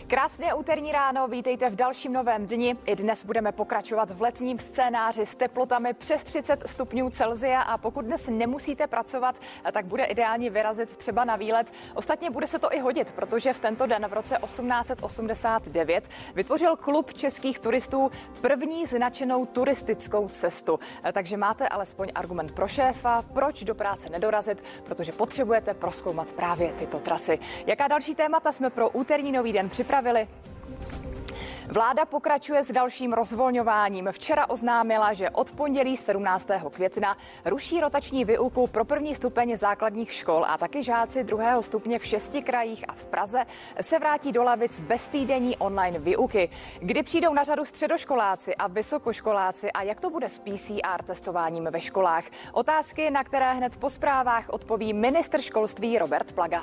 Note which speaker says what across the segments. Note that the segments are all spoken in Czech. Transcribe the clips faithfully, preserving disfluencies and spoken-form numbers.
Speaker 1: Krásné úterní ráno, vítejte v dalším novém dni. I dnes budeme pokračovat v letním scénáři s teplotami přes třicet stupňů Celsia a pokud dnes nemusíte pracovat, tak bude ideálně vyrazit třeba na výlet. Ostatně bude se to i hodit, protože v tento den v roce osmnáct osmdesát devět vytvořil klub českých turistů první značenou turistickou cestu. Takže máte alespoň argument pro šéfa, proč do práce nedorazit, protože potřebujete prozkoumat právě tyto trasy. Jaká další témata jsme pro úterní nový den připravili? Vláda pokračuje s dalším rozvolňováním. Včera oznámila, že od pondělí sedmnáctého května ruší rotační výuku pro první stupeň základních škol a taky žáci druhého stupně v šesti krajích a v Praze se vrátí do lavic bez týdenní online výuky. Kdy přijdou na řadu středoškoláci a vysokoškoláci a jak to bude s P C R testováním ve školách? Otázky, na které hned po zprávách odpoví ministr školství Robert Plaga.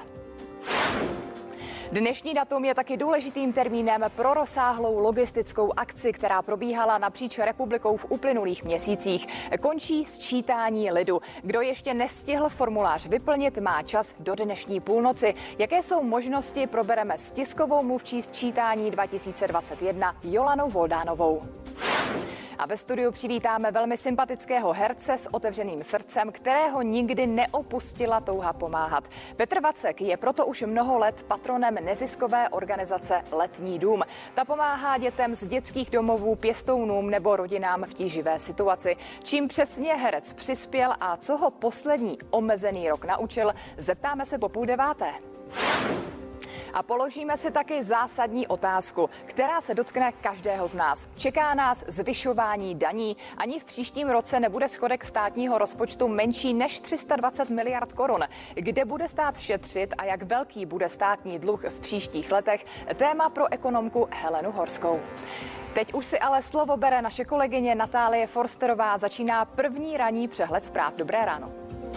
Speaker 1: Dnešní datum je taky důležitým termínem pro rozsáhlou logistickou akci, která probíhala napříč republikou v uplynulých měsících. Končí sčítání lidu. Kdo ještě nestihl formulář vyplnit, má čas do dnešní půlnoci. Jaké jsou možnosti, probereme s tiskovou mluvčí sčítání dva tisíce dvacet jedna Jolanou Voldánovou. A ve studiu přivítáme velmi sympatického herce s otevřeným srdcem, kterého nikdy neopustila touha pomáhat. Petr Vacek je proto už mnoho let patronem neziskové organizace Letní dům. Ta pomáhá dětem z dětských domovů, pěstounům nebo rodinám v tíživé situaci. Čím přesně herec přispěl a co ho poslední omezený rok naučil, zeptáme se po půl deváté. A položíme si taky zásadní otázku, která se dotkne každého z nás. Čeká nás zvyšování daní. Ani v příštím roce nebude schodek státního rozpočtu menší než tři sta dvacet miliard korun. Kde bude stát šetřit a jak velký bude státní dluh v příštích letech? Téma pro ekonomku Helenu Horskou. Teď už si ale slovo bere naše kolegyně Natálie Forsterová. Začíná první ranní přehled zpráv. Dobré ráno.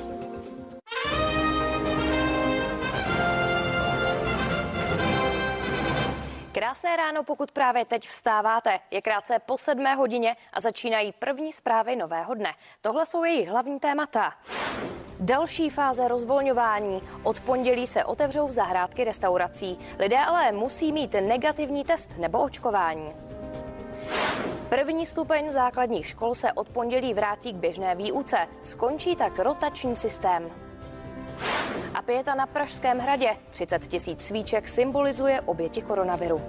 Speaker 2: Krásné ráno, pokud právě teď vstáváte. Je krátce po sedmé hodině a začínají první zprávy nového dne. Tohle jsou jejich hlavní témata. Další fáze rozvolňování. Od pondělí se otevřou zahrádky restaurací. Lidé ale musí mít negativní test nebo očkování. První stupeň základních škol se od pondělí vrátí k běžné výuce. Skončí tak rotační systém. A pieta na Pražském hradě. třicet tisíc svíček symbolizuje oběti koronaviru.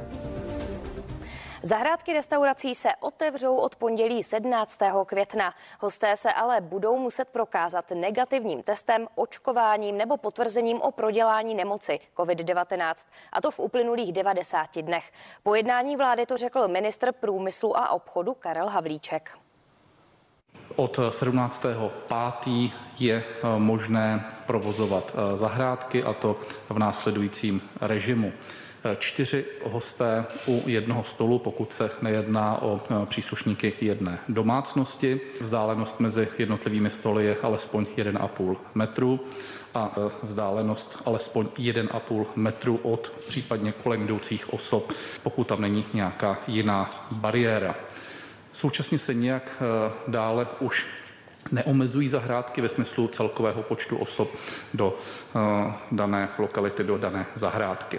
Speaker 2: Zahrádky restaurací se otevřou od pondělí sedmnáctého května. Hosté se ale budou muset prokázat negativním testem, očkováním nebo potvrzením o prodělání nemoci covid devatenáct. A to v uplynulých devadesáti dnech. Po jednání vlády to řekl ministr průmyslu a obchodu Karel Havlíček.
Speaker 3: Od sedmnáctého pátého je možné provozovat zahrádky, a to v následujícím režimu. Čtyři hosté u jednoho stolu, pokud se nejedná o příslušníky jedné domácnosti. Vzdálenost mezi jednotlivými stoly je alespoň jeden a půl metru a vzdálenost alespoň jeden a půl metru od případně kolem jdoucích osob, pokud tam není nějaká jiná bariéra. Současně se nijak dále už neomezují zahrádky ve smyslu celkového počtu osob do dané lokality, do dané zahrádky.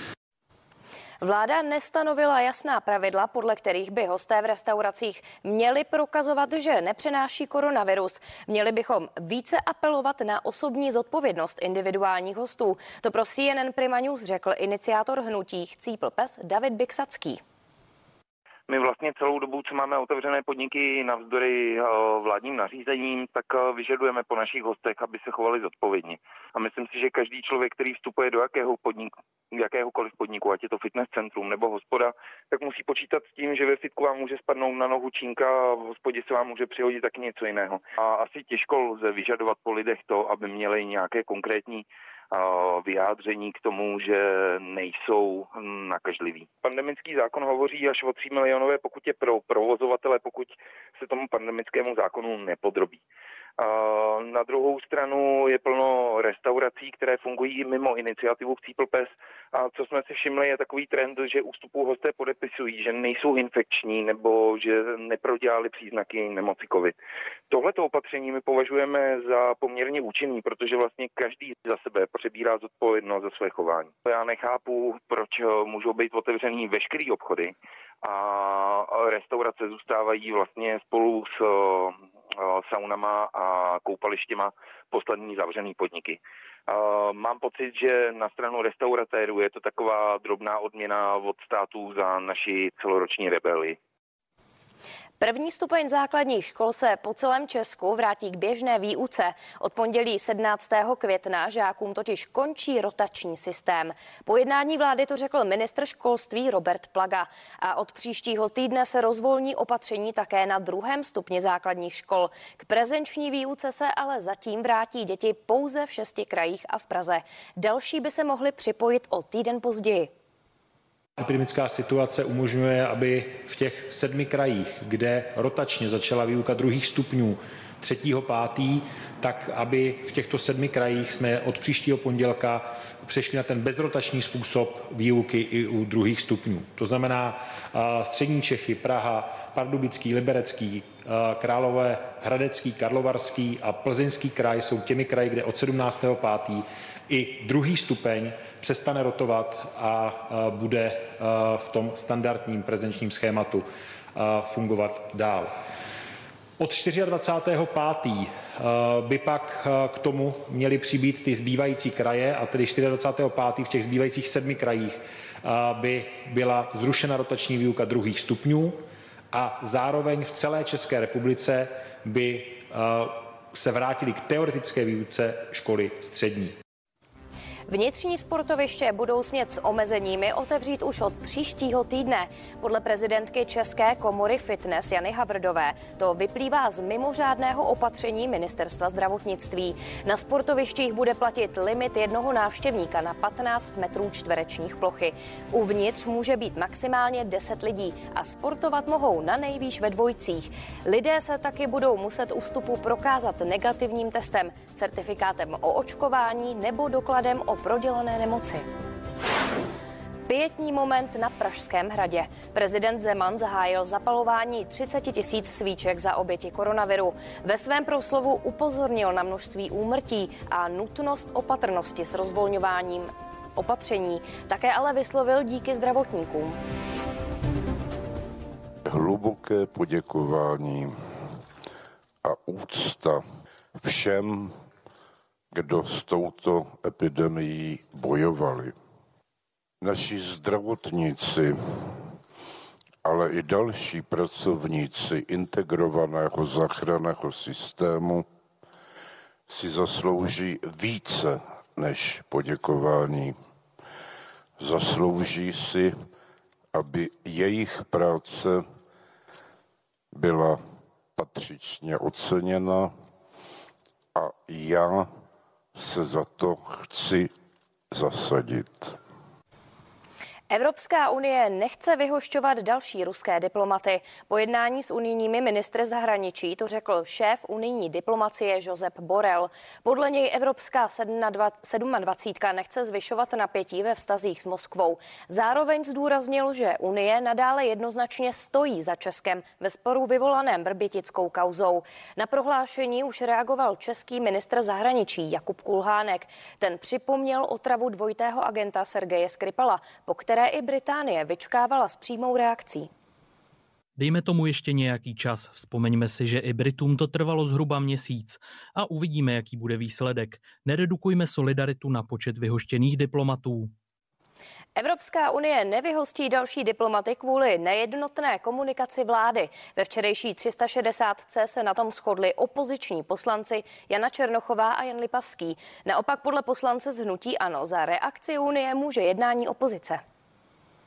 Speaker 2: Vláda nestanovila jasná pravidla, podle kterých by hosté v restauracích měli prokazovat, že nepřenáší koronavirus. Měli bychom více apelovat na osobní zodpovědnost individuálních hostů. To pro C N N Prima News řekl iniciátor hnutí Chcípl pes David Biksacký.
Speaker 4: My vlastně celou dobu, co máme otevřené podniky navzdory vládním nařízením, tak vyžadujeme po našich hostech, aby se chovali zodpovědně. A myslím si, že každý člověk, který vstupuje do jakého podniku, jakéhokoliv podniku, ať je to fitness centrum nebo hospoda, tak musí počítat s tím, že ve fitku vám může spadnout na nohu čínka a v hospodě se vám může přihodit taky něco jiného. A asi těžko lze vyžadovat po lidech to, aby měli nějaké konkrétní vyjádření k tomu, že nejsou nakažliví. Pandemický zákon hovoří až o tří milionové pokutě pro provozovatele, pokud se tomu pandemickému zákonu nepodrobí. Na druhou stranu je plno restaurací, které fungují mimo iniciativu Chcípl pes. A co jsme si všimli, je takový trend, že u vstupu hosté podepisují, že nejsou infekční nebo že neprodělali příznaky nemoci COVID. Tohleto opatření my považujeme za poměrně účinný, protože vlastně každý za sebe přebírá zodpovědnost za své chování. Já nechápu, proč můžou být otevřený veškerý obchody a restaurace zůstávají vlastně spolu s saunama a koupalištěma poslední zavřený podniky. Mám pocit, že na stranu restauratérů je to taková drobná odměna od států za naši celoroční rebelii.
Speaker 2: První stupeň základních škol se po celém Česku vrátí k běžné výuce. Od pondělí sedmnáctého května žákům totiž končí rotační systém. Po jednání vlády to řekl ministr školství Robert Plaga. A od příštího týdne se rozvolní opatření také na druhém stupni základních škol. K prezenční výuce se ale zatím vrátí děti pouze v šesti krajích a v Praze. Další by se mohly připojit o týden později.
Speaker 5: Epidemická situace umožňuje, aby v těch sedmi krajích, kde rotačně začala výuka druhých stupňů třetího pátý, tak aby v těchto sedmi krajích jsme od příštího pondělka přešli na ten bezrotační způsob výuky i u druhých stupňů. To znamená střední Čechy, Praha, Pardubický, Liberecký, Králové, Hradecký, Karlovarský a Plzeňský kraj jsou těmi kraji, kde od sedmnáctého pátého i druhý stupeň přestane rotovat a bude v tom standardním prezenčním schématu fungovat dál. Od dvacátého čtvrtého pátého by pak k tomu měly přibýt ty zbývající kraje, a tedy dvacátého čtvrtého pátého v těch zbývajících sedmi krajích by byla zrušena rotační výuka druhých stupňů a zároveň v celé České republice by se vrátili k teoretické výuce školy střední.
Speaker 2: Vnitřní sportoviště budou smět s omezeními otevřít už od příštího týdne. Podle prezidentky České komory fitness Jany Havrdové to vyplývá z mimořádného opatření Ministerstva zdravotnictví. Na sportovištích bude platit limit jednoho návštěvníka na patnáct metrů čtverečních plochy. Uvnitř může být maximálně deset lidí a sportovat mohou na nejvýš ve dvojicích. Lidé se taky budou muset u vstupu prokázat negativním testem, certifikátem o očkování nebo dokladem o prodělané nemoci. Pietní moment na Pražském hradě. Prezident Zeman zahájil zapalování třicet tisíc svíček za oběti koronaviru. Ve svém proslovu upozornil na množství úmrtí a nutnost opatrnosti s rozvolňováním opatření. Také ale vyslovil díky zdravotníkům.
Speaker 6: Hluboké poděkování a úcta všem, kdo s touto epidemií bojovali. Naši zdravotníci, ale i další pracovníci integrovaného záchranného systému si zaslouží více než poděkování. Zaslouží si, aby jejich práce byla patřičně oceněna a já se za to chci zasadit.
Speaker 2: Evropská unie nechce vyhošťovat další ruské diplomaty. Po jednání s unijními ministry zahraničí to řekl šéf unijní diplomacie Josep Borrell. Podle něj Evropská sedmadvacítka nechce zvyšovat napětí ve vztazích s Moskvou. Zároveň zdůraznil, že Unie nadále jednoznačně stojí za Českem ve sporu vyvolaném vrbětickou kauzou. Na prohlášení už reagoval český ministr zahraničí Jakub Kulhánek. Ten připomněl otravu dvojitého agenta Sergeje Skripala, po které které i Británie vyčkávala s přímou reakcí.
Speaker 7: Dejme tomu ještě nějaký čas. Vzpomeňme si, že i Britům to trvalo zhruba měsíc a uvidíme, jaký bude výsledek. Neredukujme solidaritu na počet vyhoštěných diplomatů.
Speaker 2: Evropská unie nevyhostí další diplomaty kvůli nejednotné komunikaci vlády. Ve včerejší tři sta šedesátce se na tom shodli opoziční poslanci Jana Černochová a Jan Lipavský. Naopak podle poslance z hnutí ANO za reakci unie může jednání opozice.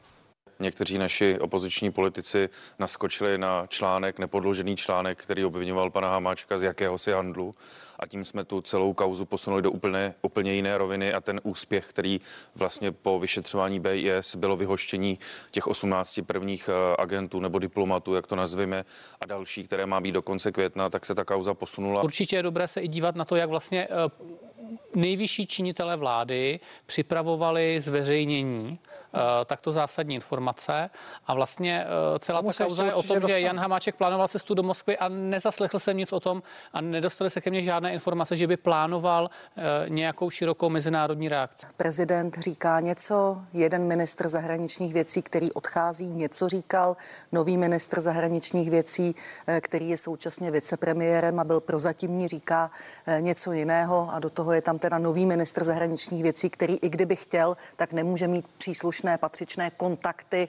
Speaker 8: Někteří naši opoziční politici naskočili na článek, nepodložený článek, který obviňoval pana Hamáčka z jakéhosi handlu, a tím jsme tu celou kauzu posunuli do úplně, úplně jiné roviny a ten úspěch, který vlastně po vyšetřování B I S bylo vyhoštění těch osmnácti prvních agentů nebo diplomatů, jak to nazveme, a další, které má být do konce května, tak se ta kauza posunula.
Speaker 9: Určitě je dobré se i dívat na to, jak vlastně nejvyšší činitelé vlády připravovali zveřejnění takto zásadní informace a vlastně celá ta kauza je o tom, že Jan Hamáček plánoval cestu do Moskvy a nezaslechl jsem nic o tom a nedostali se ke mně žádné informace, že by plánoval nějakou širokou mezinárodní reakci.
Speaker 10: Prezident říká něco, jeden ministr zahraničních věcí, který odchází, něco říkal, nový ministr zahraničních věcí, který je současně vicepremiérem a byl prozatímní, říká něco jiného a do toho je tam teda nový ministr zahraničních věcí, který i kdyby chtěl, tak nemůže mít příslušné patřičné kontakty.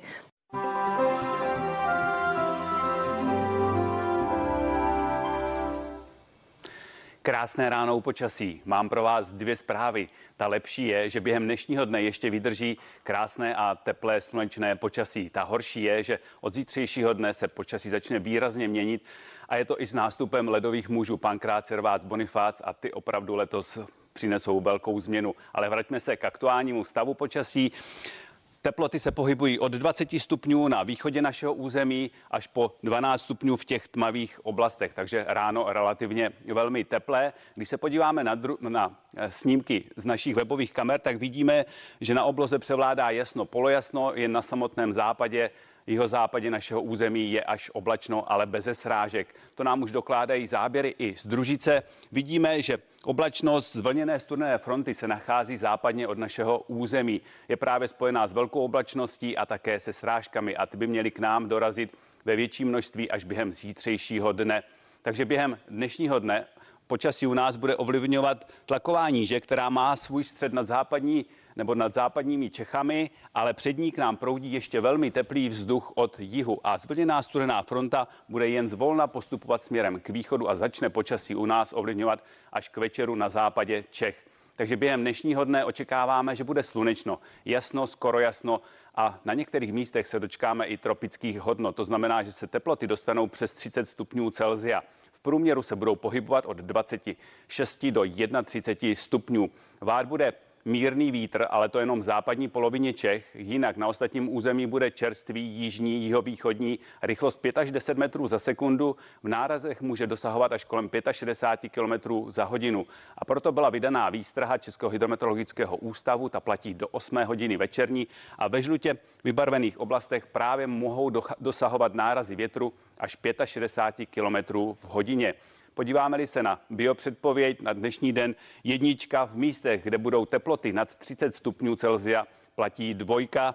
Speaker 11: Krásné ráno u počasí. Mám pro vás dvě zprávy. Ta lepší je, že během dnešního dne ještě vydrží krásné a teplé slunečné počasí. Ta horší je, že od zítřejšího dne se počasí začne výrazně měnit a je to i s nástupem ledových mužů Pankrát, Servác, Bonifác a ty opravdu letos přinesou velkou změnu. Ale vraťme se k aktuálnímu stavu počasí. Teploty se pohybují od dvacet stupňů na východě našeho území až po dvanáct stupňů v těch tmavých oblastech, takže ráno relativně velmi teplé. Když se podíváme na, dru- na snímky z našich webových kamer, tak vidíme, že na obloze převládá jasno, polojasno, jen na samotném západě, jihozápadě našeho území je až oblačno, ale beze srážek. To nám už dokládají záběry i z družice. Vidíme, že oblačnost z vlněné studené fronty se nachází západně od našeho území. Je právě spojená s velkou oblačností a také se srážkami a ty by měly k nám dorazit ve větší množství až během zítřejšího dne. Takže během dnešního dne počasí u nás bude ovlivňovat tlaková níže, která má svůj střed nad západní nebo nad západními Čechami, ale před ní k nám proudí ještě velmi teplý vzduch od jihu a zvlněná studená fronta bude jen zvolna postupovat směrem k východu a začne počasí u nás ovlivňovat až k večeru na západě Čech. Takže během dnešního dne očekáváme, že bude slunečno, jasno, skoro jasno a na některých místech se dočkáme i tropických hodnot. To znamená, že se teploty dostanou přes třicet stupňů Celsia. V průměru se budou pohybovat od dvacet šest do třicet jedna stupňů. Vát bude mírný vítr, ale to jenom v západní polovině Čech. Jinak na ostatním území bude čerstvý jižní, jihovýchodní, rychlost pět až deset metrů za sekundu. V nárazech může dosahovat až kolem šedesát pět kilometrů za hodinu. A proto byla vydaná výstraha Českého hydrometeorologického ústavu, ta platí do osmé hodiny večerní a ve žlutě vybarvených oblastech právě mohou dosahovat nárazy větru až šedesát pět kilometrů v hodině. Podíváme-li se na biopředpověď na dnešní den, jednička v místech, kde budou teploty nad třicet stupňů Celsia, platí dvojka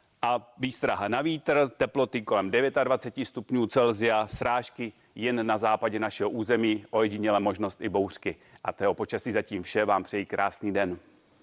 Speaker 11: a výstraha na vítr, teploty kolem dvacet devět stupňů Celsia, srážky jen na západě našeho území, ojediněle možnost i bouřky. A to je o počasí zatím vše, vám přeji krásný den.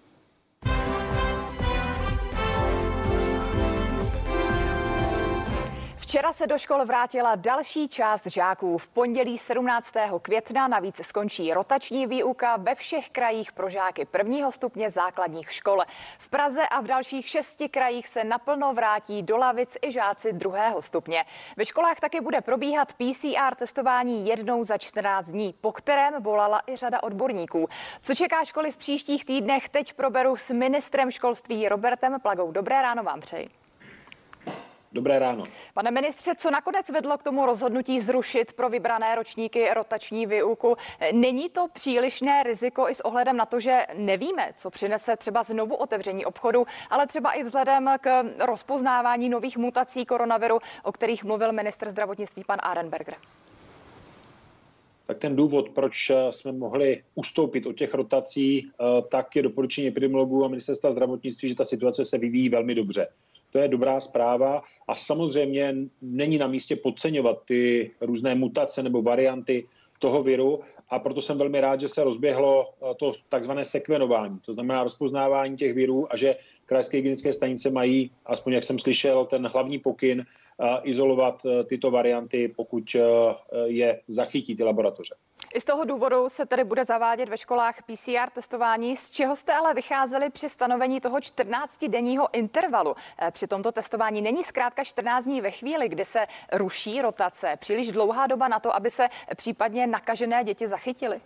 Speaker 1: Včera se do škol vrátila další část žáků. V pondělí sedmnáctého května navíc skončí rotační výuka ve všech krajích pro žáky prvního stupně základních škol. V Praze a v dalších šesti krajích se naplno vrátí do lavic i žáci druhého stupně. Ve školách taky bude probíhat P C R testování jednou za čtrnáct dní, po kterém volala i řada odborníků. Co čeká školy v příštích týdnech, teď proberu s ministrem školství Robertem Plagou. Dobré ráno vám přeji.
Speaker 5: Dobré ráno.
Speaker 1: Pane ministře, co nakonec vedlo k tomu rozhodnutí zrušit pro vybrané ročníky rotační výuku? Není to přílišné riziko i s ohledem na to, že nevíme, co přinese třeba znovu otevření obchodu, ale třeba i vzhledem k rozpoznávání nových mutací koronaviru, o kterých mluvil ministr zdravotnictví pan Arenberger?
Speaker 5: Tak ten důvod, proč jsme mohli ustoupit od těch rotací, tak je doporučení epidemiologů a ministerstva zdravotnictví, že ta situace se vyvíjí velmi dobře. To je dobrá zpráva a samozřejmě není na místě podceňovat ty různé mutace nebo varianty toho viru a proto jsem velmi rád, že se rozběhlo to takzvané sekvenování, to znamená rozpoznávání těch virů a že krajské hygienické stanice mají, aspoň jak jsem slyšel, ten hlavní pokyn izolovat tyto varianty, pokud je zachytí ty laboratoře.
Speaker 1: I z toho důvodu se tedy bude zavádět ve školách P C R testování. Z čeho jste ale vycházeli při stanovení toho čtrnáctidenního intervalu? Při tomto testování není zkrátka čtrnáct dní ve chvíli, kdy se ruší rotace, příliš dlouhá doba na to, aby se případně nakažené děti zachytily?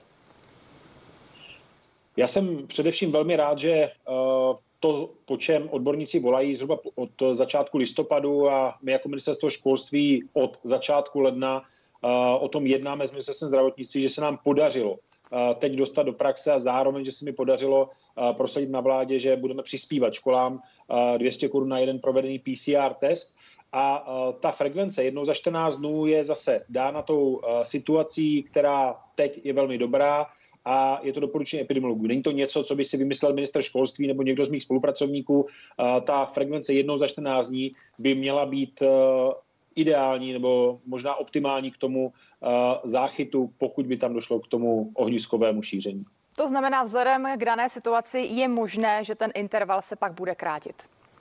Speaker 5: Já jsem především velmi rád, že to, po čem odborníci volají zhruba od začátku listopadu a my jako ministerstvo školství od začátku ledna o tom jednáme s ministerstvem zdravotnictví, že se nám podařilo teď dostat do praxe a zároveň, že se mi podařilo prosadit na vládě, že budeme přispívat školám dvě stě korun na jeden provedený P C R test. A ta frekvence jednou za čtrnáct dnů je zase dána tou situací, která teď je velmi dobrá, a je to doporučení epidemiologů. Není to něco, co by si vymyslel ministr školství nebo někdo z mých spolupracovníků. Ta frekvence jednou za čtrnáct dní by měla být ideální nebo možná optimální k tomu záchytu, pokud by tam došlo k tomu ohniskovému šíření.
Speaker 1: To znamená, vzhledem k dané situaci je možné, že ten interval se pak bude krátit?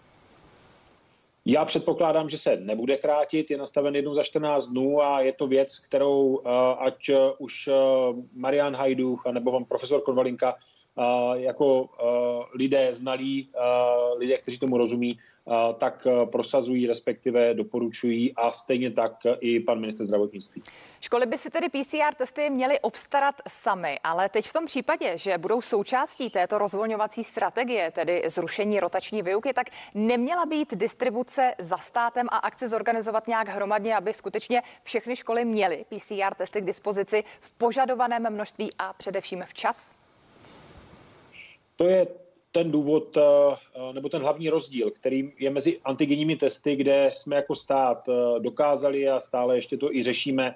Speaker 5: Já předpokládám, že se nebude krátit, je nastaven jednou za čtrnáct dnů a je to věc, kterou ať už Marian Hajdúch nebo pan profesor Konvalinka jako lidé znalí, lidé, kteří tomu rozumí, tak prosazují, respektive doporučují a stejně tak i pan ministr zdravotnictví.
Speaker 1: Školy by si tedy P C R testy měly obstarat sami, ale teď v tom případě, že budou součástí této rozvolňovací strategie, tedy zrušení rotační výuky, tak neměla být distribuce za státem a akci zorganizovat nějak hromadně, aby skutečně všechny školy měly P C R testy k dispozici v požadovaném množství a především včas?
Speaker 5: To je ten důvod, nebo ten hlavní rozdíl, který je mezi antigenními testy, kde jsme jako stát dokázali a stále ještě to i řešíme,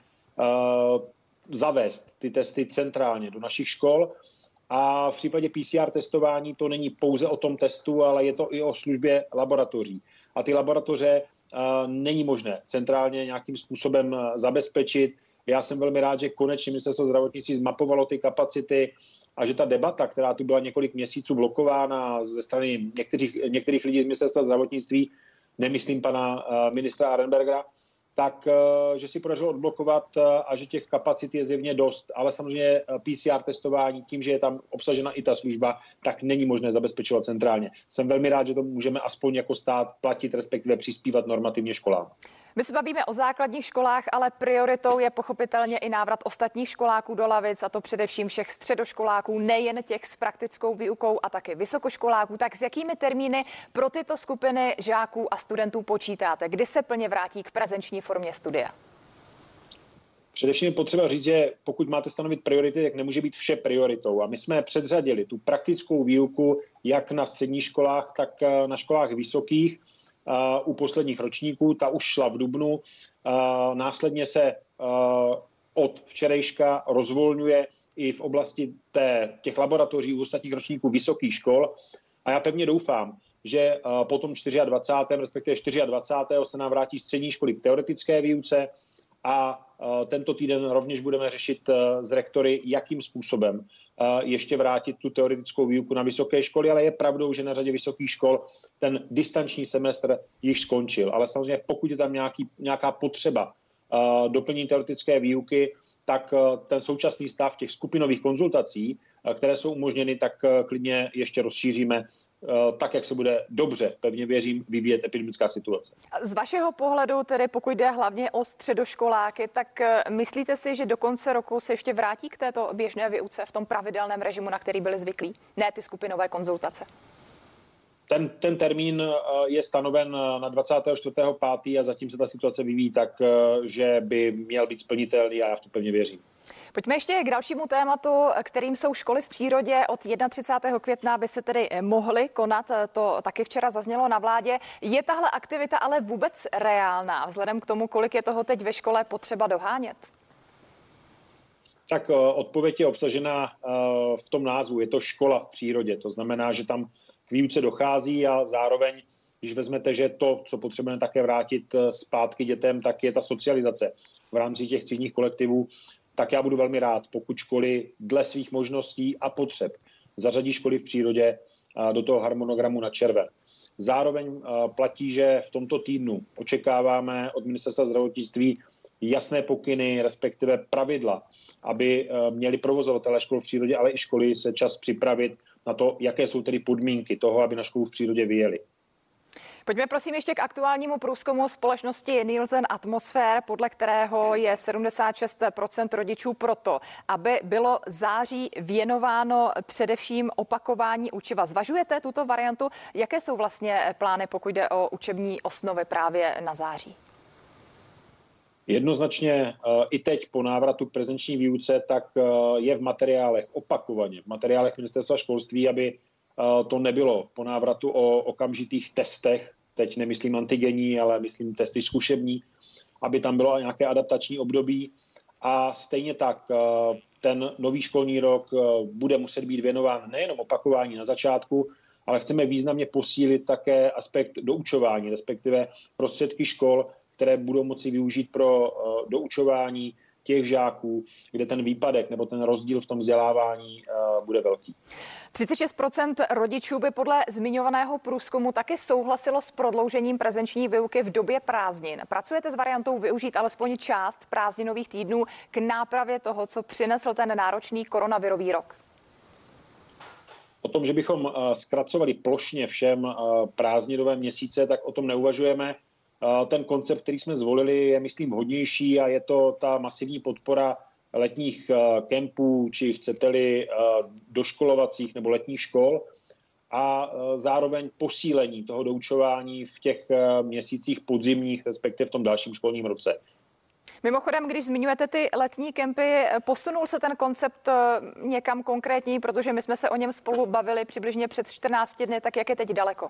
Speaker 5: zavést ty testy centrálně do našich škol. A v případě P C R testování to není pouze o tom testu, ale je to i o službě laboratoří. A ty laboratoře není možné centrálně nějakým způsobem zabezpečit. Já jsem velmi rád, že konečně ministerstvo zdravotnictví zmapovalo ty kapacity a že ta debata, která tu byla několik měsíců blokována ze strany některých, některých lidí z ministerstva zdravotnictví, nemyslím pana ministra Arenbergera, tak že si podařilo odblokovat a že těch kapacit je zjevně dost. Ale samozřejmě P C R testování, tím, že je tam obsažena i ta služba, tak není možné zabezpečovat centrálně. Jsem velmi rád, že to můžeme aspoň jako stát platit, respektive přispívat normativně školám.
Speaker 1: My se bavíme o základních školách, ale prioritou je pochopitelně i návrat ostatních školáků do lavic, a to především všech středoškoláků, nejen těch s praktickou výukou a taky vysokoškoláků. Tak s jakými termíny pro tyto skupiny žáků a studentů počítáte? Kdy se plně vrátí k prezenční formě studia?
Speaker 5: Především je potřeba říct, že pokud máte stanovit priority, tak nemůže být vše prioritou. A my jsme předřadili tu praktickou výuku jak na středních školách, tak na školách vysokých. U posledních ročníků, ta už šla v dubnu, následně se od včerejška rozvolňuje i v oblasti té, těch laboratoří u ostatních ročníků vysokých škol a já pevně doufám, že potom dvacátého čtvrtého respektive dvacátého čtvrtého se nám vrátí střední školy k teoretické výuce a tento týden rovněž budeme řešit s rektory, jakým způsobem ještě vrátit tu teoretickou výuku na vysoké školy, ale je pravdou, že na řadě vysokých škol ten distanční semestr již skončil. Ale samozřejmě pokud je tam nějaký, nějaká potřeba doplnění teoretické výuky, tak ten současný stav těch skupinových konzultací, které jsou umožněny, tak klidně ještě rozšíříme tak, jak se bude dobře, pevně věřím, vyvíjet epidemická situace.
Speaker 1: Z vašeho pohledu, tedy pokud jde hlavně o středoškoláky, tak myslíte si, že do konce roku se ještě vrátí k této běžné výuce v tom pravidelném režimu, na který byli zvyklí? Ne ty skupinové konzultace.
Speaker 5: Ten, ten termín je stanoven na dvacátého čtvrtého pátého a zatím se ta situace vyvíjí tak, že by měl být splnitelný a já v to pevně věřím.
Speaker 1: Pojďme ještě k dalšímu tématu, kterým jsou školy v přírodě. Od třicátého prvního května by se tedy mohly konat, to taky včera zaznělo na vládě. Je tahle aktivita ale vůbec reálná, vzhledem k tomu, kolik je toho teď ve škole potřeba dohánět?
Speaker 5: Tak odpověď je obsažena v tom názvu. Je to škola v přírodě. To znamená, že tam k výuce dochází a zároveň, když vezmete, že to, co potřebujeme také vrátit zpátky dětem, tak je ta socializace v rámci těch třídních kolektivů, tak já budu velmi rád, pokud školy dle svých možností a potřeb zařadí školy v přírodě do toho harmonogramu na červen. Zároveň platí, že v tomto týdnu očekáváme od ministerstva zdravotnictví jasné pokyny, respektive pravidla, aby měli provozovatelé škol v přírodě, ale i školy se čas připravit na to, jaké jsou tedy podmínky toho, aby na školu v přírodě vyjeli.
Speaker 1: Pojďme prosím ještě k aktuálnímu průzkumu společnosti Nielsen Atmosphere, podle kterého je sedmdesát šest procent rodičů proto, aby bylo září věnováno především opakování učiva. Zvažujete tuto variantu? Jaké jsou vlastně plány, pokud jde o učební osnovy právě na září?
Speaker 5: Jednoznačně i teď po návratu k prezenční výuce, tak je v materiálech opakovaně, v materiálech Ministerstva školství, aby to nebylo po návratu o okamžitých testech, teď nemyslím antigenní, ale myslím testy zkušební, aby tam bylo nějaké adaptační období. A stejně tak ten nový školní rok bude muset být věnován nejenom opakování na začátku, ale chceme významně posílit také aspekt doučování, respektive prostředky škol, které budou moci využít pro doučování těch žáků, kde ten výpadek nebo ten rozdíl v tom vzdělávání bude velký.
Speaker 1: třicet šest procent rodičů by podle zmiňovaného průzkumu taky souhlasilo s prodloužením prezenční výuky v době prázdnin. Pracujete s variantou využít alespoň část prázdninových týdnů k nápravě toho, co přinesl ten náročný koronavirový rok?
Speaker 5: O tom, že bychom zkracovali plošně všem prázdninové měsíce, tak o tom neuvažujeme. Ten koncept, který jsme zvolili, je, myslím, hodnější a je to ta masivní podpora letních kempů, či chcete-li doškolovacích nebo letních škol a zároveň posílení toho doučování v těch měsících podzimních, respektive v tom dalším školním roce.
Speaker 1: Mimochodem, když zmiňujete ty letní kempy, posunul se ten koncept někam konkrétní, protože my jsme se o něm spolu bavili přibližně před čtrnácti dny, tak jak je teď daleko?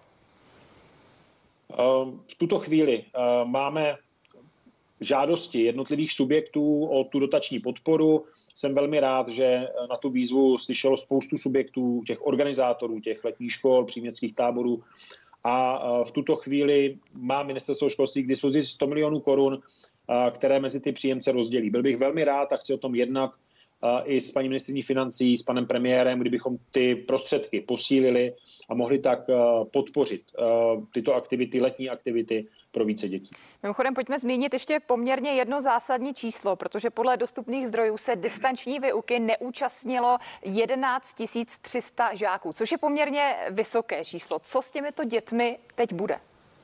Speaker 5: V tuto chvíli máme žádosti jednotlivých subjektů o tu dotační podporu. Jsem velmi rád, že na tu výzvu slyšelo spoustu subjektů, těch organizátorů, těch letních škol, příměstských táborů. A v tuto chvíli má Ministerstvo školství k dispozici sto milionů korun, které mezi ty příjemce rozdělí. Byl bych velmi rád a chci o tom jednat i s paní ministryní financí, s panem premiérem, kdybychom ty prostředky posílili a mohli tak podpořit tyto aktivity, letní aktivity pro více dětí.
Speaker 1: Mimochodem, pojďme zmínit ještě poměrně jedno zásadní číslo, protože podle dostupných zdrojů se distanční výuky neúčastnilo jedenáct tisíc tři sta žáků, což je poměrně vysoké číslo. Co s těmito dětmi teď bude?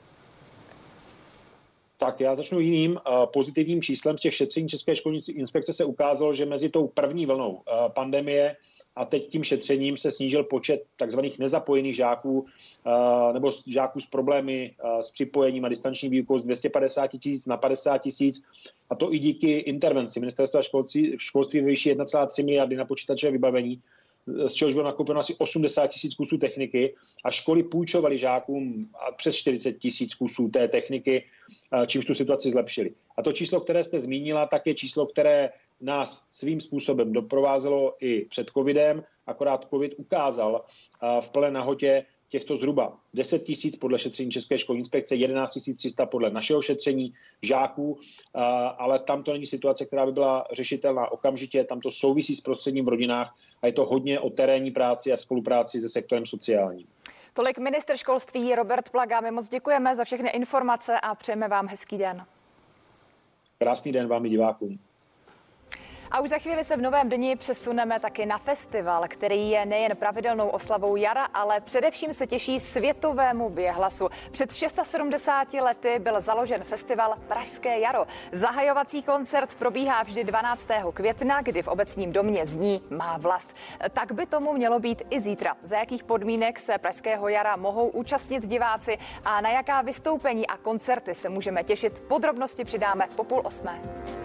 Speaker 5: Tak já začnu jiným uh, pozitivním číslem. Z těch šetření České školní inspekce se ukázalo, že mezi tou první vlnou uh, pandemie a teď tím šetřením se snížil počet takzvaných nezapojených žáků uh, nebo žáků s problémy uh, s připojením a distanční výukou z dvě stě padesát tisíc na padesát tisíc. A to i díky intervenci Ministerstva školství, školství ve výši jedna celá tři miliardy na počítačové vybavení, z čehož bylo nakoupeno asi osmdesát tisíc kusů techniky a školy půjčovaly žákům přes čtyřicet tisíc kusů té techniky, čímž tu situaci zlepšili. A to číslo, které jste zmínila, tak je číslo, které nás svým způsobem doprovázelo i před covidem, akorát covid ukázal v plné nahotě těchto zhruba deset tisíc podle šetření České školní inspekce, jedenáct tisíc tři sta podle našeho šetření žáků, ale tam to není situace, která by byla řešitelná okamžitě, tam to souvisí s prostředím v rodinách a je to hodně o terénní práci a spolupráci se sektorem sociálním.
Speaker 1: Tolik ministr školství Robert Plaga. My moc děkujeme za všechny informace a přejeme vám hezký den.
Speaker 5: Krásný den vám i divákům.
Speaker 1: A už za chvíli se v novém dni přesuneme taky na festival, který je nejen pravidelnou oslavou jara, ale především se těší světovému věhlasu. Před sedmdesáti šesti lety byl založen festival Pražské jaro. Zahajovací koncert probíhá vždy dvanáctého května, kdy v obecním domě zní Má vlast. Tak by tomu mělo být i zítra. Za jakých podmínek se Pražského jara mohou účastnit diváci a na jaká vystoupení a koncerty se můžeme těšit, podrobnosti přidáme po půl osmé.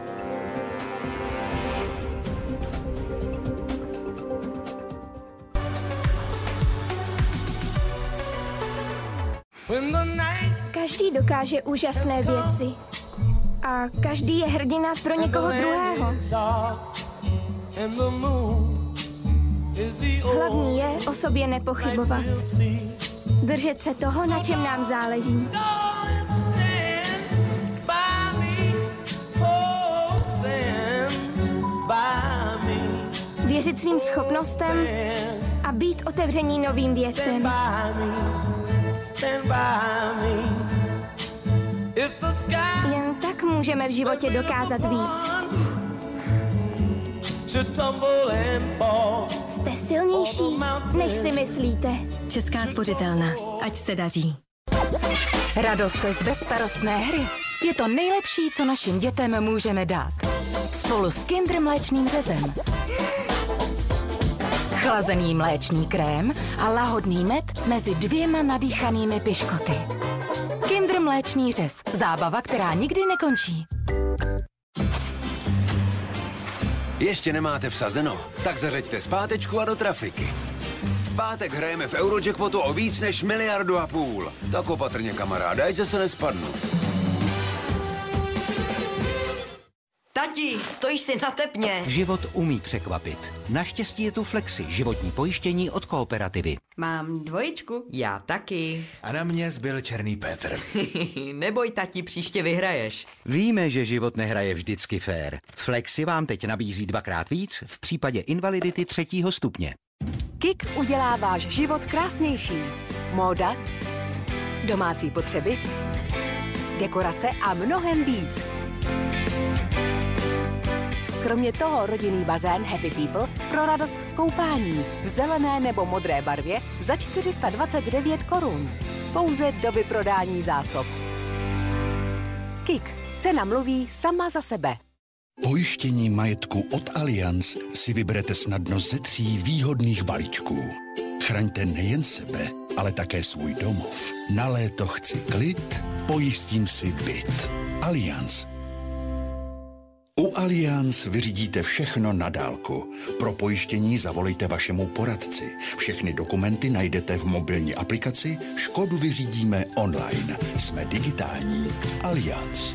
Speaker 12: Každý dokáže úžasné věci. A každý je hrdina pro někoho druhého. Hlavní je o sobě nepochybovat. Držet se toho, na čem nám záleží. Věřit svým schopnostem a být otevření novým věcem. Jen tak můžeme v životě dokázat víc. Jste silnější, než si myslíte.
Speaker 13: Česká spořitelna. Ať se daří.
Speaker 14: Radost z bezstarostné hry je to nejlepší, co našim dětem můžeme dát. Spolu s Kinder mléčným řezem. Chlazený mléčný krém a lahodný med mezi dvěma nadýchanými piškoty. Kinder mléčný řez. Zábava, která nikdy nekončí.
Speaker 15: Ještě nemáte vsazeno? Tak zařeďte zpátečku a do trafiky. V pátek hrajeme v Eurojackpotu o víc než miliardu a půl. Tak opatrně, kamaráde, ať zase nespadnu.
Speaker 16: Tati, stojíš si na tepně.
Speaker 17: Život umí překvapit. Naštěstí je tu Flexi, životní pojištění od Kooperativy.
Speaker 16: Mám dvojičku. Já taky.
Speaker 17: A na mě zbyl černý Petr.
Speaker 16: Neboj, tati, příště vyhraješ.
Speaker 17: Víme, že život nehraje vždycky fér. Flexi vám teď nabízí dvakrát víc v případě invalidity třetího stupně.
Speaker 14: Kik udělá váš život krásnější. Móda, domácí potřeby, dekorace a mnohem víc. Kromě toho rodinný bazén Happy People pro radost z koupání v zelené nebo modré barvě za čtyři sta dvacet devět korun. Pouze do vyprodání zásob. Kik. Cena mluví sama za sebe.
Speaker 18: Pojištění majetku od Allianz si vyberete snadno ze tří výhodných balíčků. Chraňte nejen sebe, ale také svůj domov. Na léto chci klid, pojistím si byt. Allianz. U Allianz vyřídíte všechno na dálku. Pro pojištění zavolejte vašemu poradci. Všechny dokumenty najdete v mobilní aplikaci Škodu vyřídíme online. Jsme digitální. Allianz.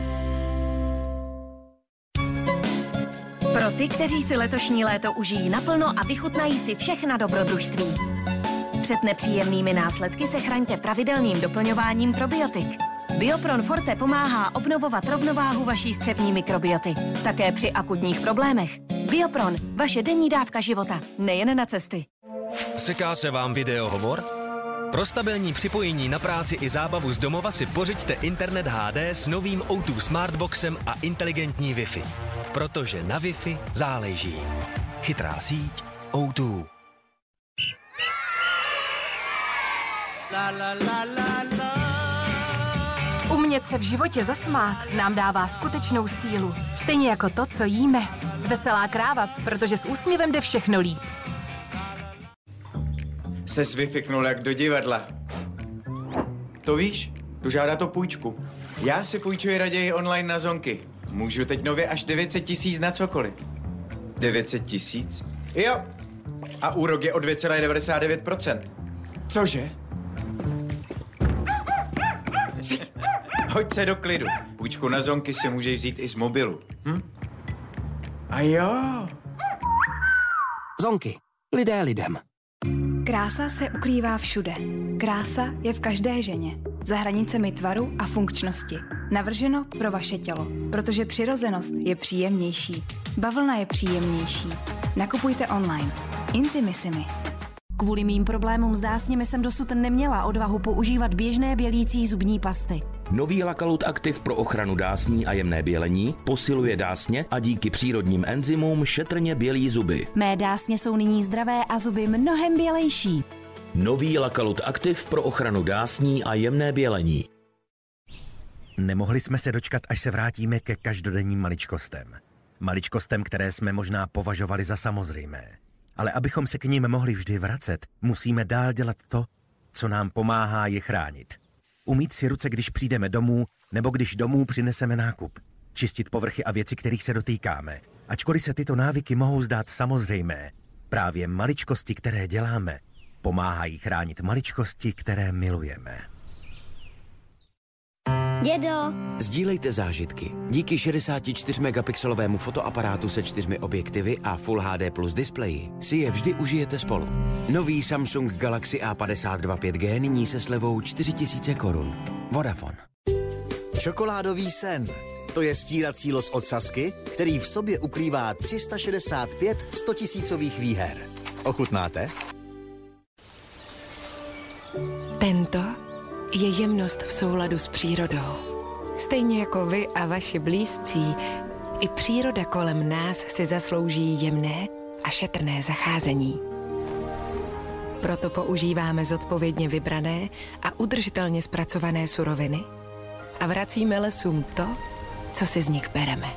Speaker 19: Pro ty, kteří si letošní léto užijí naplno a vychutnají si všechna dobrodružství. Před nepříjemnými následky se chraňte pravidelným doplňováním probiotik. Biopron Forte pomáhá obnovovat rovnováhu vaší střevní mikrobioty. Také při akutních problémech. Biopron, vaše denní dávka života, nejen na cesty.
Speaker 20: Seká se vám videohovor? Pro stabilní připojení na práci i zábavu z domova si pořiďte internet H D s novým O dva Smartboxem a inteligentní Wi-Fi. Protože na Wi-Fi záleží. Chytrá síť O dva.
Speaker 21: La, la, la, la, la. Umět se v životě zasmát nám dává skutečnou sílu. Stejně jako to, co jíme. Veselá kráva, protože s úsměvem jde všechno líp.
Speaker 22: Ses vyfiknul jak do divadla. To víš? Tu žádá to půjčku. Já si půjčuji raději online na Zonky. Můžu teď nově až devět set tisíc na cokoliv. devět set tisíc? Jo. A úrok je o dvě celá devadesát devět procent. Cože? Hoď se do klidu. Půjčku na Zonky si můžeš vzít i z mobilu. Hm? A jo.
Speaker 17: Zonky. Lidé lidem.
Speaker 23: Krása se ukrývá všude. Krása je v každé ženě. Za hranicemi tvaru a funkčnosti. Navrženo pro vaše tělo. Protože přirozenost je příjemnější. Bavlna je příjemnější. Nakupujte online. Intimissimi. Kvůli mým problémům s dásněmi jsem dosud neměla odvahu používat běžné bělící zubní pasty.
Speaker 24: Nový Lakalut Aktiv pro ochranu dásní a jemné bělení posiluje dásně a díky přírodním enzymům šetrně bělí zuby.
Speaker 23: Mé dásně jsou nyní zdravé a zuby mnohem bělejší.
Speaker 24: Nový Lakalut Aktiv pro ochranu dásní a jemné bělení.
Speaker 17: Nemohli jsme se dočkat, až se vrátíme ke každodenním maličkostem. Maličkostem, které jsme možná považovali za samozřejmé. Ale abychom se k nim mohli vždy vracet, musíme dál dělat to, co nám pomáhá je chránit. Umýt si ruce, když přijdeme domů, nebo když domů přineseme nákup. Čistit povrchy a věci, kterých se dotýkáme. Ačkoliv se tyto návyky mohou zdát samozřejmé, právě maličkosti, které děláme, pomáhají chránit maličkosti, které milujeme.
Speaker 25: Dědo.
Speaker 15: Sdílejte zážitky. Díky šedesátičtyři megapixelovému fotoaparátu se čtyřmi objektivy a Full H D plus displeji si je vždy užijete spolu. Nový Samsung Galaxy A padesát dva pět G nyní se slevou čtyři tisíce korun. Vodafone.
Speaker 26: Čokoládový sen. To je stírací los od Sasky, který v sobě ukrývá tři sta šedesát pět stotisícových výher. Ochutnáte?
Speaker 14: Tento je jemnost v souladu s přírodou.
Speaker 2: Stejně jako vy a vaši blízcí, i příroda kolem nás si zaslouží jemné a šetrné zacházení. Proto používáme zodpovědně vybrané a udržitelně zpracované suroviny a vracíme lesům to, co si z nich bereme.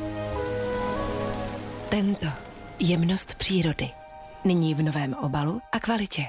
Speaker 2: Tento jemnost přírody. Nyní v novém obalu a kvalitě.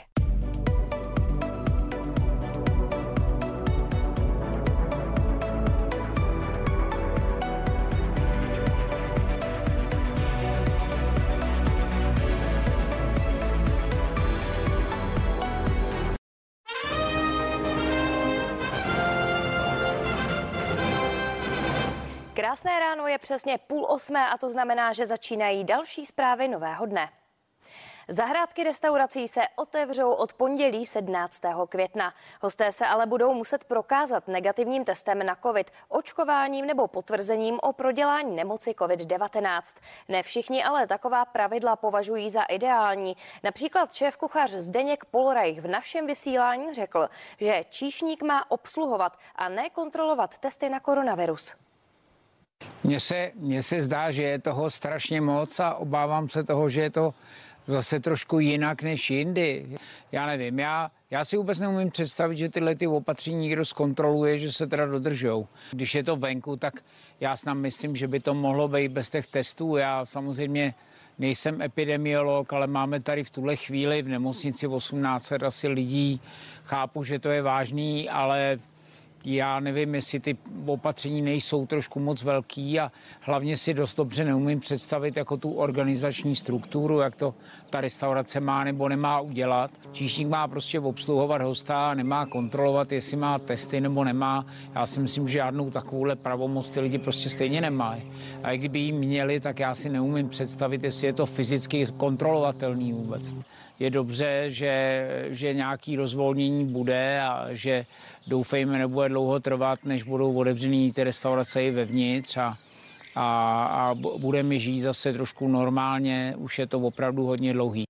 Speaker 3: Krásné ráno, je přesně půl osmé a to znamená, že začínají další zprávy nového dne. Zahrádky restaurací se otevřou od pondělí sedmnáctého května. Hosté se ale budou muset prokázat negativním testem na covid, očkováním nebo potvrzením o prodělání nemoci covid devatenáct. Ne všichni ale taková pravidla považují za ideální. Například šéfkuchař Zdeněk Polreich v našem vysílání řekl, že číšník má obsluhovat a ne kontrolovat testy na koronavirus.
Speaker 4: Mně se, mně se zdá, že je toho strašně moc a obávám se toho, že je to zase trošku jinak než jindy. Já nevím, já, já si vůbec neumím představit, že tyhle ty opatření někdo zkontroluje, že se teda dodržou. Když je to venku, tak já snad myslím, že by to mohlo být bez těch testů. Já samozřejmě nejsem epidemiolog, ale máme tady v tuhle chvíli v nemocnici osmnáct set asi lidí. Chápu, že to je vážný, ale já nevím, jestli ty opatření nejsou trošku moc velký a hlavně si dost dobře neumím představit jako tu organizační strukturu, jak to ta restaurace má nebo nemá udělat. Číšník má prostě obsluhovat hosta, nemá kontrolovat, jestli má testy nebo nemá. Já si myslím, že žádnou takovouhle pravomoc ty lidi prostě stejně nemají. A i kdyby jí měli, tak já si neumím představit, jestli je to fyzicky kontrolovatelný vůbec. Je dobře, že, že nějaký rozvolnění bude a že doufejme nebude dlouho trvat, než budou otevřený ty restaurace i vevnitř a, a, a budeme žít zase trošku normálně, už je to opravdu hodně dlouhý.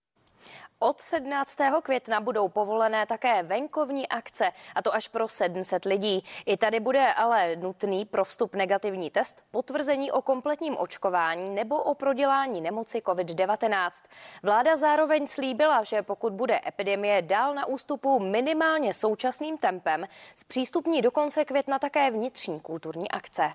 Speaker 3: Od sedmnáctého května budou povolené také venkovní akce, a to až pro sedm set lidí. I tady bude ale nutný pro vstup negativní test, potvrzení o kompletním očkování nebo o prodělání nemoci covid devatenáct. Vláda zároveň slíbila, že pokud bude epidemie dál na ústupu minimálně současným tempem, zpřístupní do konce května také vnitřní kulturní akce.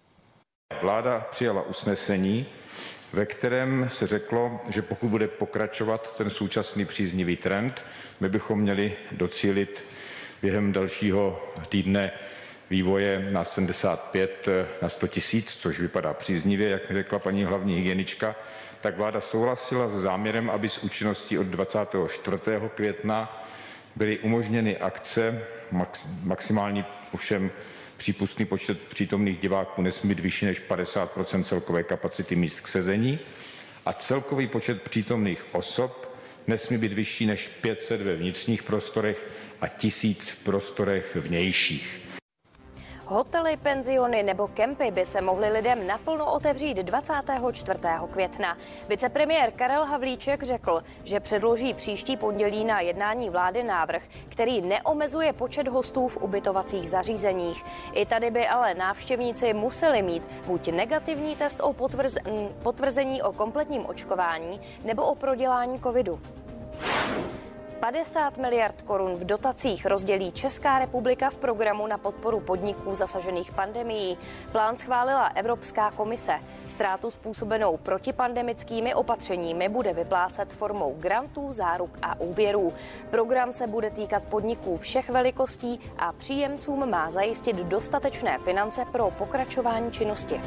Speaker 6: Vláda přijala usnesení, ve kterém se řeklo, že pokud bude pokračovat ten současný příznivý trend, my bychom měli docílit během dalšího týdne vývoje na sedmdesát pět na sto tisíc, což vypadá příznivě, jak mi řekla paní hlavní hygienička, tak vláda souhlasila s záměrem, aby s účinností od dvacátého čtvrtého května byly umožněny akce, max, maximální ovšem přípustný počet přítomných diváků nesmí být vyšší než padesát procent celkové kapacity míst k sezení a celkový počet přítomných osob nesmí být vyšší než pět set ve vnitřních prostorech a tisíc v prostorech vnějších.
Speaker 3: Hotely, penziony nebo kempy by se mohly lidem naplno otevřít dvacátého čtvrtého května. Vicepremiér Karel Havlíček řekl, že předloží příští pondělí na jednání vlády návrh, který neomezuje počet hostů v ubytovacích zařízeních. I tady by ale návštěvníci museli mít buď negativní test o potvrz... potvrzení o kompletním očkování nebo o prodělání covidu. padesát miliard korun v dotacích rozdělí Česká republika v programu na podporu podniků zasažených pandemií. Plán schválila Evropská komise. Ztrátu způsobenou protipandemickými opatřeními bude vyplácet formou grantů, záruk a úvěrů. Program se bude týkat podniků všech velikostí a příjemcům má zajistit dostatečné finance pro pokračování činnosti.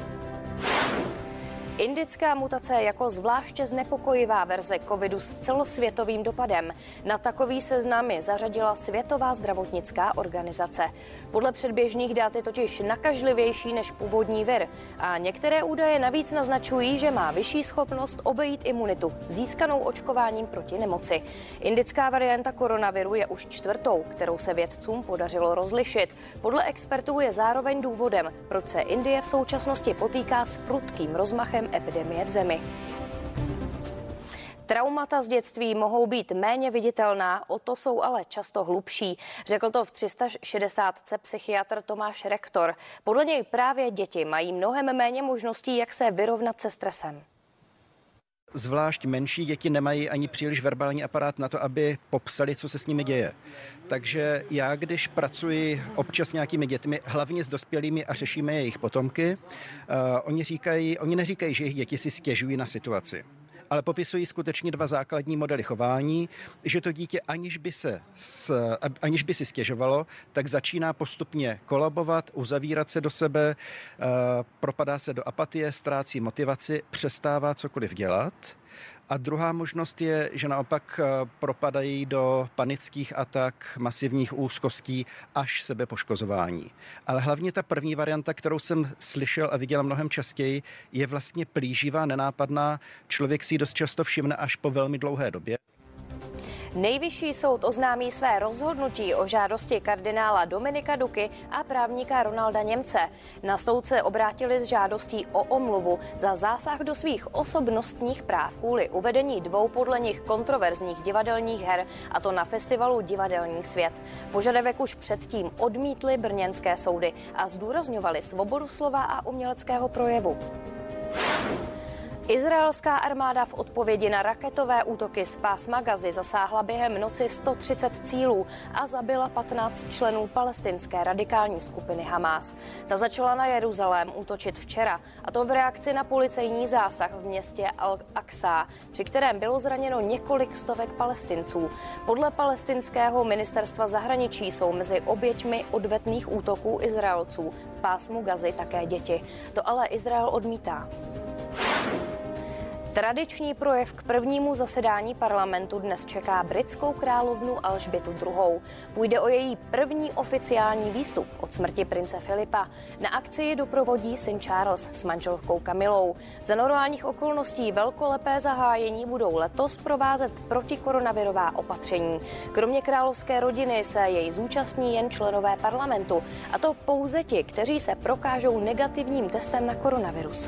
Speaker 3: Indická mutace je jako zvláště znepokojivá verze covidu s celosvětovým dopadem. Na takový seznam je zařadila Světová zdravotnická organizace. Podle předběžných dat je totiž nakažlivější než původní vir a některé údaje navíc naznačují, že má vyšší schopnost obejít imunitu získanou očkováním proti nemoci. Indická varianta koronaviru je už čtvrtou, kterou se vědcům podařilo rozlišit. Podle expertů je zároveň důvodem, proč se Indie v současnosti potýká s prudkým rozmachem epidemie v zemi. Traumata z dětství mohou být méně viditelná, o to jsou ale často hlubší, řekl to v tři sta šedesátce psychiatr Tomáš Rektor. Podle něj právě děti mají mnohem méně možností, jak se vyrovnat se stresem.
Speaker 7: Zvlášť menší děti nemají ani příliš verbální aparát na to, aby popsali, co se s nimi děje. Takže já, když pracuji občas s nějakými dětmi, hlavně s dospělými a řešíme jejich potomky, uh, oni, říkají, oni neříkají, že jejich děti si stěžují na situaci, ale popisují skutečně dva základní modely chování, že to dítě, aniž by, se, aniž by si stěžovalo, tak začíná postupně kolabovat, uzavírat se do sebe, propadá se do apatie, ztrácí motivaci, přestává cokoliv dělat. A druhá možnost je, že naopak propadají do panických atak, masivních úzkostí až sebepoškozování. Ale hlavně ta první varianta, kterou jsem slyšel a viděl mnohem častěji, je vlastně plíživá, nenápadná. Člověk si ji dost často všimne až po velmi dlouhé době.
Speaker 3: Nejvyšší soud oznámí své rozhodnutí o žádosti kardinála Dominika Duky a právníka Ronalda Němce. Na soud se obrátili s žádostí o omluvu za zásah do svých osobnostních práv kvůli uvedení dvou podle nich kontroverzních divadelních her, a to na festivalu Divadelní svět. Požadavek už předtím odmítly brněnské soudy a zdůrazňovali svobodu slova a uměleckého projevu. Izraelská armáda v odpovědi na raketové útoky z pásma Gazy zasáhla během noci sto třicet cílů a zabila patnáct členů palestinské radikální skupiny Hamás. Ta začala na Jeruzalém útočit včera, a to v reakci na policejní zásah v městě Al-Aqsa, při kterém bylo zraněno několik stovek Palestinců. Podle palestinského ministerstva zahraničí jsou mezi oběťmi odvetných útoků Izraelců v pásmu Gazy také děti. To ale Izrael odmítá. Tradiční projev k prvnímu zasedání parlamentu dnes čeká britskou královnu Alžbětu druhou. Půjde o její první oficiální výstup od smrti prince Filipa. Na akci ji doprovodí syn Charles s manželkou Camillou. Za normálních okolností velkolepé zahájení budou letos provázet protikoronavirová opatření. Kromě královské rodiny se jej zúčastní jen členové parlamentu, a to pouze ti, kteří se prokážou negativním testem na koronavirus.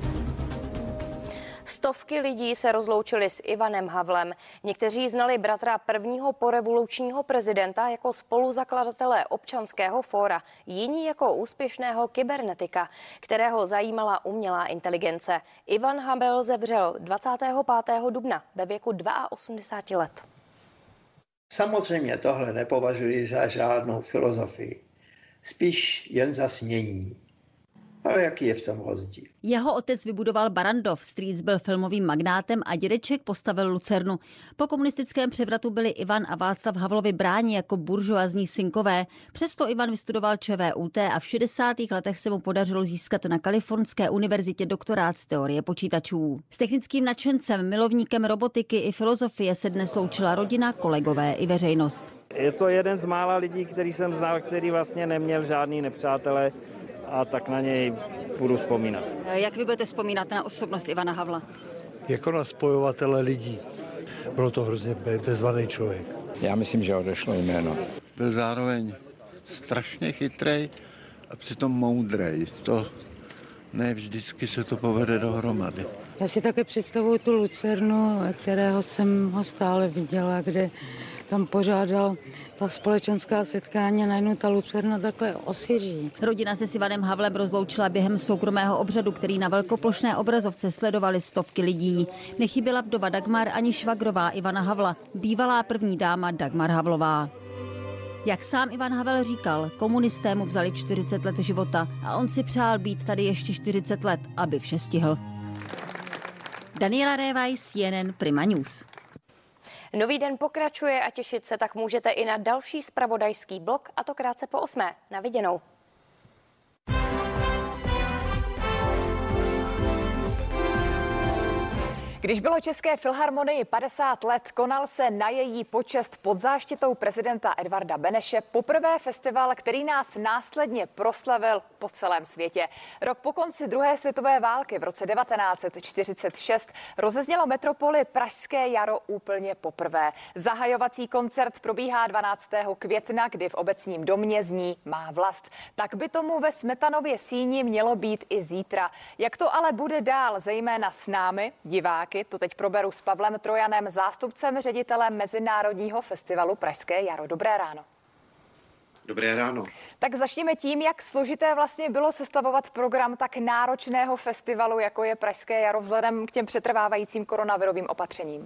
Speaker 3: Stovky lidí se rozloučili s Ivanem Havlem. Někteří znali bratra prvního porevolučního prezidenta jako spoluzakladatele Občanského fóra, jiní jako úspěšného kybernetika, kterého zajímala umělá inteligence. Ivan Havel zemřel dvacátého pátého dubna ve věku osmdesáti dvou let.
Speaker 8: Samozřejmě tohle nepovažuji za žádnou filozofii, spíš jen za snění. Ale jaký je v tom rozdíl?
Speaker 9: Jeho otec vybudoval Barrandov, strýc byl filmovým magnátem a dědeček postavil lucernu. Po komunistickém převratu byli Ivan a Václav Havlovi bráni jako buržoazní synkové. Přesto Ivan vystudoval ČVUT a v šedesátých letech se mu podařilo získat na Kalifornské univerzitě doktorát z teorie počítačů. S technickým nadšencem, milovníkem robotiky i filozofie se dnes loučila rodina, kolegové i veřejnost.
Speaker 10: Je to jeden z mála lidí, který jsem znal, který vlastně neměl žádný nepřátele, a tak na něj budu vzpomínat.
Speaker 9: Jak vy budete vzpomínat na osobnost Ivana Havla?
Speaker 11: Jako na spojovatele lidí. Bylo to hrozně bezvadný člověk.
Speaker 25: Já myslím, že odešlo jméno.
Speaker 27: Byl zároveň strašně chytrej a přitom moudrej. To ne vždycky se to povede dohromady.
Speaker 28: Já si také představuji tu lucernu, kterého jsem ho stále viděla, kde tam pořádal ta společenská setkání a najednou ta lucerna takhle osvěží.
Speaker 9: Rodina se s Ivanem Havlem rozloučila během soukromého obřadu, který na velkoplošné obrazovce sledovali stovky lidí. Nechyběla vdova Dagmar ani švagrová Ivana Havla, bývalá první dáma Dagmar Havlová. Jak sám Ivan Havel říkal, komunisté mu vzali čtyřicet let života a on si přál být tady ještě čtyřicet let, aby vše stihl. Daniela Révaj, C N N Prima News.
Speaker 3: Nový den pokračuje a těšit se tak můžete i na další zpravodajský blok, a to krátce po osmé. Na viděnou.
Speaker 1: Když bylo České filharmonii padesát let, konal se na její počest pod záštitou prezidenta Edvarda Beneše poprvé festival, který nás následně proslavil po celém světě. Rok po konci druhé světové války v roce devatenáct set čtyřicet šest rozeznělo metropoli Pražské jaro úplně poprvé. Zahajovací koncert probíhá dvanáctého května, kdy v Obecním domě zní Má vlast. Tak by tomu ve Smetanově síni mělo být i zítra. Jak to ale bude dál, zejména s námi, diváky, diváky. To teď proberu s Pavlem Trojanem, zástupcem ředitele Mezinárodního festivalu Pražské jaro. Dobré ráno.
Speaker 5: Dobré ráno.
Speaker 1: Tak začněme tím, jak složité vlastně bylo sestavovat program tak náročného festivalu, jako je Pražské jaro, vzhledem k těm přetrvávajícím koronavirovým opatřením.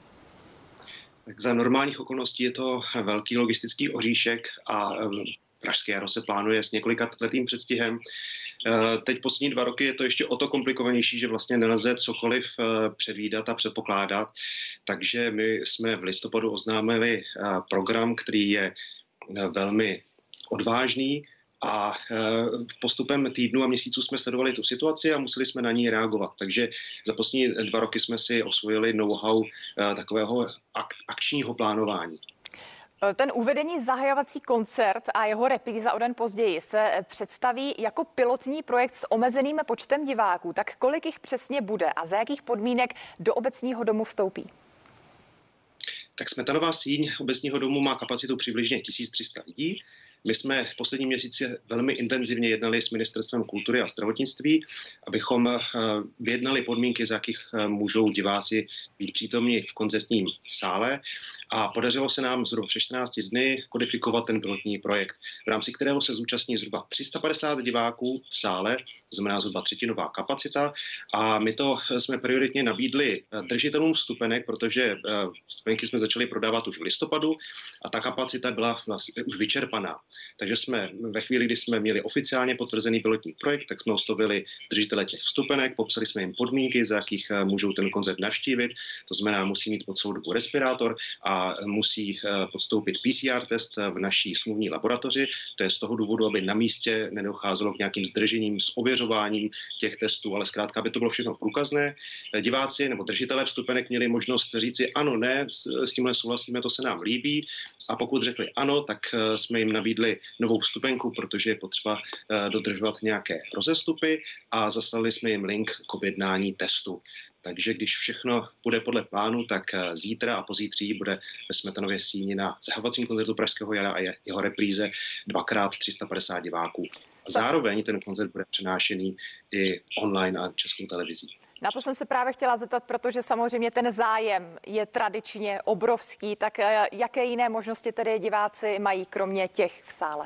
Speaker 5: Tak za normálních okolností je to velký logistický oříšek a Pražské jaro se plánuje s několika letým předstihem. Teď poslední dva roky je to ještě o to komplikovanější, že vlastně nelze cokoliv předvídat a předpokládat. Takže my jsme v listopadu oznámili program, který je velmi odvážný a postupem týdnů a měsíců jsme sledovali tu situaci a museli jsme na ní reagovat. Takže za poslední dva roky jsme si osvojili know-how takového ak- akčního plánování.
Speaker 1: Ten uvedený zahajovací koncert a jeho repríza o den později se představí jako pilotní projekt s omezeným počtem diváků. Tak kolik jich přesně bude a za jakých podmínek do obecního domu vstoupí?
Speaker 5: Tak Smetanová síň obecního domu má kapacitu přibližně tisíc tři sta lidí. My jsme v posledním měsíci velmi intenzivně jednali s Ministerstvem kultury a zdravotnictví, abychom vyjednali podmínky, za jakých můžou diváci být přítomni v koncertním sále. A podařilo se nám zhruba před čtrnácti dny kodifikovat ten pilotní projekt, v rámci kterého se zúčastní zhruba tři sta padesát diváků v sále, to znamená zhruba třetinová kapacita. A my to jsme prioritně nabídli držitelům vstupenek, protože vstupenky jsme začali prodávat už v listopadu a ta kapacita byla vlastně už vyčerpaná. Takže jsme ve chvíli, kdy jsme měli oficiálně potvrzený pilotní projekt, tak jsme oslovili držitele těch vstupenek, popsali jsme jim podmínky, za jakých můžou ten koncert navštívit. To znamená, musí mít po celou dobu respirátor a musí podstoupit P C R test v naší smluvní laboratoři. To je z toho důvodu, aby na místě nedocházelo k nějakým zdržením s ověřováním těch testů, ale zkrátka, aby to bylo všechno průkazné. Diváci nebo držitelé vstupenek měli možnost říci ano, ne, s tímhle souhlasíme, to se nám líbí. A pokud řekli ano, tak jsme jim nabídli novou vstupenku, protože je potřeba dodržovat nějaké rozestupy a zaslali jsme jim link k objednání testu. Takže když všechno bude podle plánu, tak zítra a pozítří bude ve Smetanově síni na zahamovacím koncertu Pražského jara a jeho repríze dvakrát tři sta padesát diváků. Zároveň ten koncert bude přenášený i online a Českou televizí.
Speaker 1: Na to jsem se právě chtěla zeptat, protože samozřejmě ten zájem je tradičně obrovský, tak jaké jiné možnosti tedy diváci mají kromě těch v sále?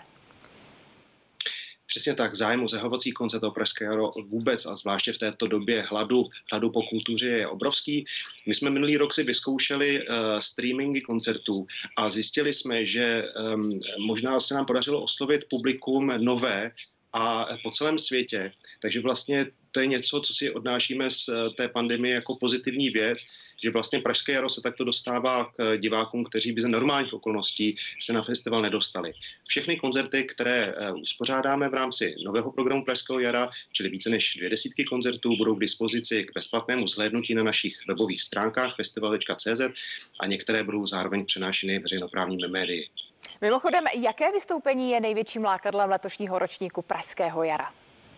Speaker 5: Přesně tak, zájem o zahajovací koncert o Pražské jaro vůbec a zvláště v této době hladu, hladu po kultuře je obrovský. My jsme minulý rok si vyzkoušeli uh, streamingy koncertů a zjistili jsme, že um, možná se nám podařilo oslovit publikum nové a po celém světě. Takže vlastně to je něco, co si odnášíme z té pandemie jako pozitivní věc, že vlastně Pražské jaro se takto dostává k divákům, kteří by ze normálních okolností se na festival nedostali. Všechny koncerty, které uspořádáme v rámci nového programu Pražského jara, čili více než dvě desítky koncertů, budou k dispozici k bezplatnému zhlédnutí na našich webových stránkách festival tečka cé zet a některé budou zároveň přenášeny veřejnoprávními médii.
Speaker 1: Mimochodem, jaké vystoupení je největším lákadlem letošního ročníku Pražského jara?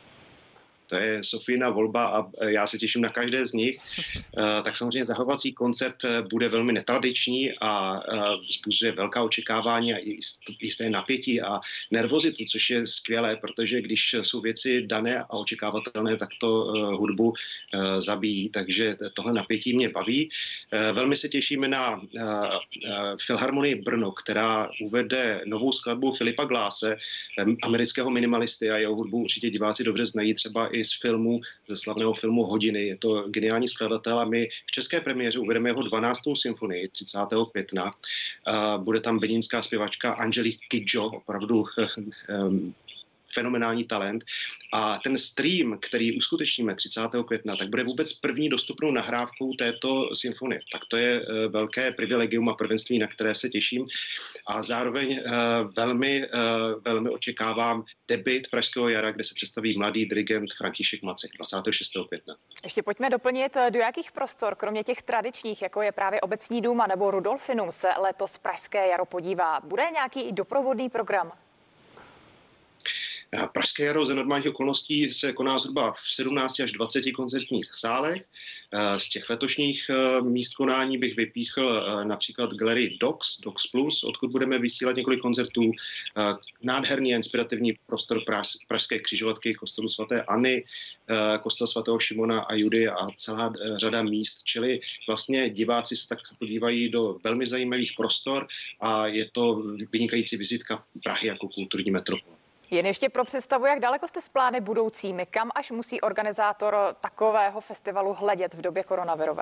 Speaker 5: To je Sofína volba a já se těším na každé z nich. Tak samozřejmě zahajovací koncert bude velmi netradiční a vzbuzuje velká očekávání a jisté napětí a nervozitu, což je skvělé, protože když jsou věci dané a očekávatelné, tak to hudbu zabíjí, takže tohle napětí mě baví. Velmi se těšíme na Filharmonii Brno, která uvede novou skladbu Filipa Glasse, amerického minimalisty, a jeho hudbu určitě diváci dobře znají třeba i z filmu, ze slavného filmu Hodiny. Je to geniální skladatel a my v české premiéře uvedeme jeho dvanáctou symfonii třicátého května. Bude tam benínská zpěvačka Angelique Kidjo, opravdu um, fenomenální talent. A ten stream, který uskutečníme třicátého května, tak bude vůbec první dostupnou nahrávkou této symfonie. Tak to je uh, velké privilegium a prvenství, na které se těším. A zároveň uh, velmi, uh, velmi očekávám debut Pražského jara, kde se představí mladý dirigent František Macek dvacátého šestého května.
Speaker 1: Ještě pojďme doplnit, do jakých prostor, kromě těch tradičních, jako je právě Obecní dům nebo Rudolfinum, se letos Pražské jaro podívá. Bude nějaký doprovodný program?
Speaker 5: Pražské jaro za normálních okolností se koná zhruba v sedmnácti až dvaceti koncertních sálech. Z těch letošních míst konání bych vypíchl například galerii Docs, Docs Plus, odkud budeme vysílat několik koncertů. Nádherný a inspirativní prostor Pražské křižovatky, kostelu svaté Anny, kostel svatého Šimona a Judy a celá řada míst. Čili vlastně diváci se tak podívají do velmi zajímavých prostor a je to vynikající vizitka Prahy jako kulturní metropole.
Speaker 1: Jen ještě pro představu, jak daleko jste s plány budoucími, kam až musí organizátor takového festivalu hledět v době koronavirové?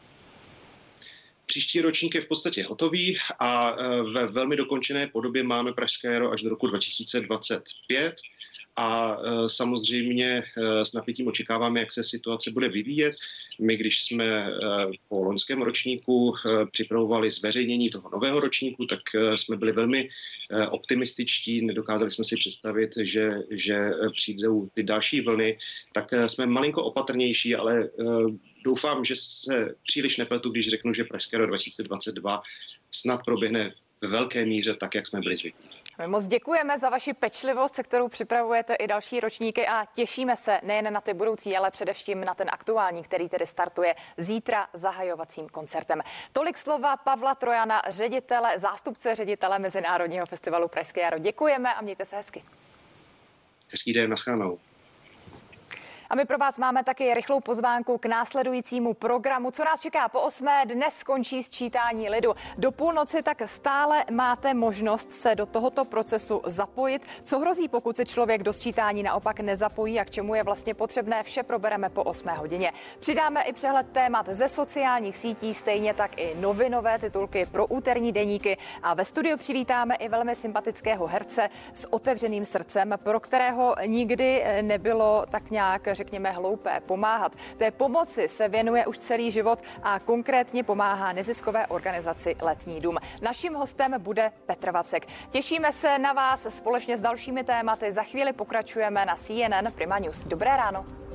Speaker 5: Příští ročník je v podstatě hotový a ve velmi dokončené podobě máme Pražské jaro až do roku dva tisíce dvacet pět. A samozřejmě s napětím očekáváme, jak se situace bude vyvíjet. My, když jsme po loňském ročníku připravovali zveřejnění toho nového ročníku, tak jsme byli velmi optimističtí, nedokázali jsme si představit, že, že přijdou ty další vlny, tak jsme malinko opatrnější, ale doufám, že se příliš nepletu, když řeknu, že Pražské jaro dva tisíce dvacet dva snad proběhne ve velké míře tak, jak jsme byli zvyklí.
Speaker 1: My moc děkujeme za vaši pečlivost, se kterou připravujete i další ročníky a těšíme se nejen na ty budoucí, ale především na ten aktuální, který tedy startuje zítra zahajovacím koncertem. Tolik slova Pavla Trojana, ředitele, zástupce ředitele Mezinárodního festivalu Pražské jaro. Děkujeme a mějte se hezky.
Speaker 5: Hezký den, nashledanou.
Speaker 1: A my pro vás máme taky rychlou pozvánku k následujícímu programu. Co nás čeká po osmé? Dnes skončí sčítání lidu. Do půlnoci tak stále máte možnost se do tohoto procesu zapojit. Co hrozí, pokud se člověk do sčítání naopak nezapojí a k čemu je vlastně potřebné, vše probereme po osmé hodině. Přidáme i přehled témat ze sociálních sítí, stejně tak i novinové titulky pro úterní deníky. A ve studiu přivítáme i velmi sympatického herce s otevřeným srdcem, pro kterého nikdy nebylo tak nějak, řekněme, hloupé pomáhat. Té pomoci se věnuje už celý život a konkrétně pomáhá neziskové organizaci Letní dům. Naším hostem bude Petr Vacek. Těšíme se na vás společně s dalšími tématy. Za chvíli pokračujeme na C N N Prima News. Dobré ráno.